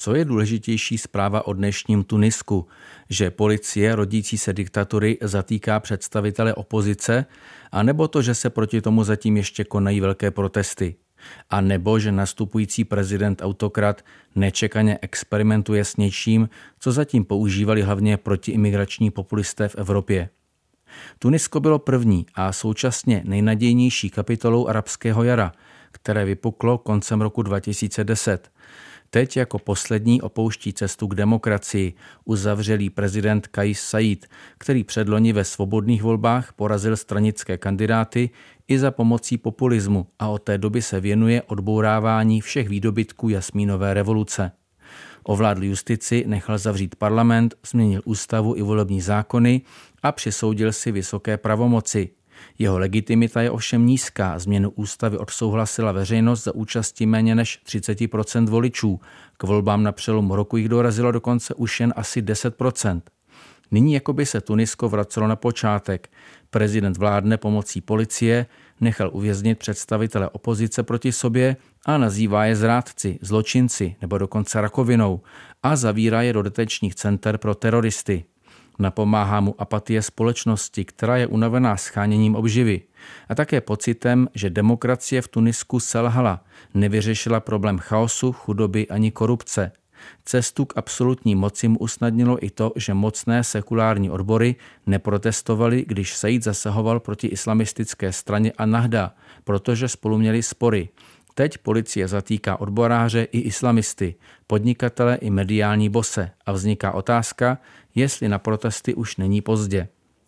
Co je důležitější zpráva o dnešním Tunisku? Že policie rodící se diktatury zatýká představitele opozice, anebo to, že se proti tomu zatím ještě konají velké protesty? A nebo že nastupující prezident autokrat nečekaně experimentuje s něčím, co zatím používali hlavně protiimigrační populisté v Evropě? Tunisko bylo první a současně nejnadějnější kapitolou arabského jara, které vypuklo koncem roku 2010. Teď jako poslední opouští cestu k demokracii uzavřelý prezident Kais Saied, který předloni ve svobodných volbách porazil stranické kandidáty i za pomocí populismu a od té doby se věnuje odbourávání všech výdobytků jasmínové revoluce. Ovládl justici, nechal zavřít parlament, změnil ústavu i volební zákony a přisoudil si vysoké pravomoci. Jeho legitimita je ovšem nízká, změnu ústavy odsouhlasila veřejnost za účasti méně než 30% voličů. K volbám na přelomu roku jich dorazilo dokonce už jen asi 10%. Nyní jakoby se Tunisko vracelo na počátek. Prezident vládne pomocí policie, nechal uvěznit představitele opozice proti sobě a nazývá je zrádci, zločinci nebo dokonce rakovinou a zavírá je do detenčních center pro teroristy. Napomáhá mu apatie společnosti, která je unavená sháněním obživy a také pocitem, že demokracie v Tunisku selhala, nevyřešila problém chaosu, chudoby ani korupce. Cestu k absolutní moci mu usnadnilo i to, že mocné sekulární odbory neprotestovaly, když Saied zasahoval proti islamistické straně Ennahda, protože spolu měli spory. Teď policie zatýká odboráře i islamisty, podnikatele i mediální bose a vzniká otázka, jestli na protesty už není pozdě.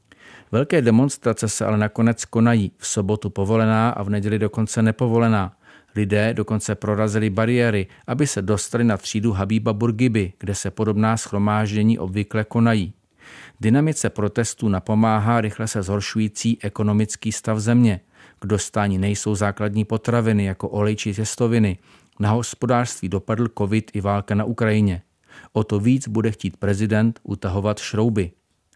Velké demonstrace se ale nakonec konají, v sobotu povolená a v neděli dokonce nepovolená. Lidé dokonce prorazili bariéry, aby se dostali na třídu Habíba Bourguiby, kde se podobná shromáždění obvykle konají. Dynamice protestů napomáhá rychle se zhoršující ekonomický stav země. K dostání nejsou základní potraviny jako olej či těstoviny. Na hospodářství dopadl covid i válka na Ukrajině. O to víc bude chtít prezident utahovat šrouby.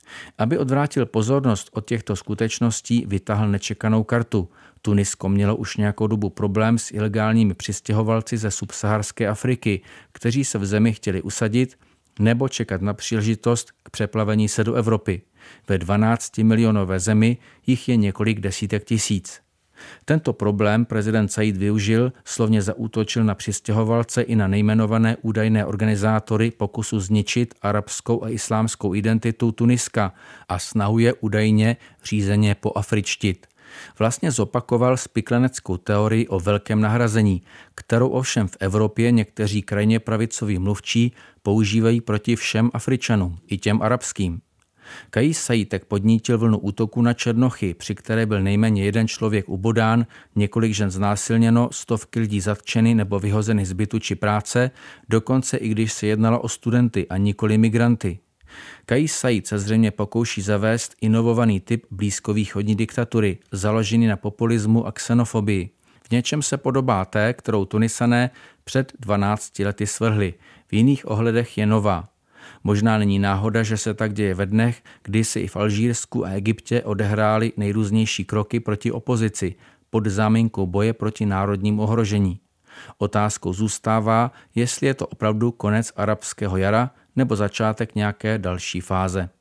Aby odvrátil pozornost od těchto skutečností, vytáhl nečekanou kartu. Tunisko mělo už nějakou dobu problém s ilegálními přistěhovalci ze subsaharské Afriky, kteří se v zemi chtěli usadit nebo čekat na příležitost k přeplavení se do Evropy. Ve 12milionové zemi jich je několik desítek tisíc. Tento problém prezident Saied využil, slovně zaútočil na přistěhovalce i na nejmenované údajné organizátory pokusu zničit arabskou a islámskou identitu Tuniska a snahu je údajně řízeně poafričtit. Vlastně zopakoval spikleneckou teorii o velkém nahrazení, kterou ovšem v Evropě někteří krajně pravicoví mluvčí používají proti všem Afričanům, i těm arabským. Kais Saied tak podnítil vlnu útoků na černochy, při které byl nejméně jeden člověk ubodán, několik žen znásilněno, stovky lidí zatčeny nebo vyhozeny z bytu či práce, dokonce i když se jednalo o studenty a nikoli migranty. Kais Saied se zřejmě pokouší zavést inovovaný typ blízkovýchodní diktatury, založený na populismu a xenofobii. V něčem se podobá té, kterou Tunisané před 12 lety svrhli, v jiných ohledech je nová. Možná není náhoda, že se tak děje ve dnech, kdy se i v Alžírsku a Egyptě odehrály nejrůznější kroky proti opozici pod záminkou boje proti národním ohrožení. Otázkou zůstává, jestli je to opravdu konec arabského jara nebo začátek nějaké další fáze.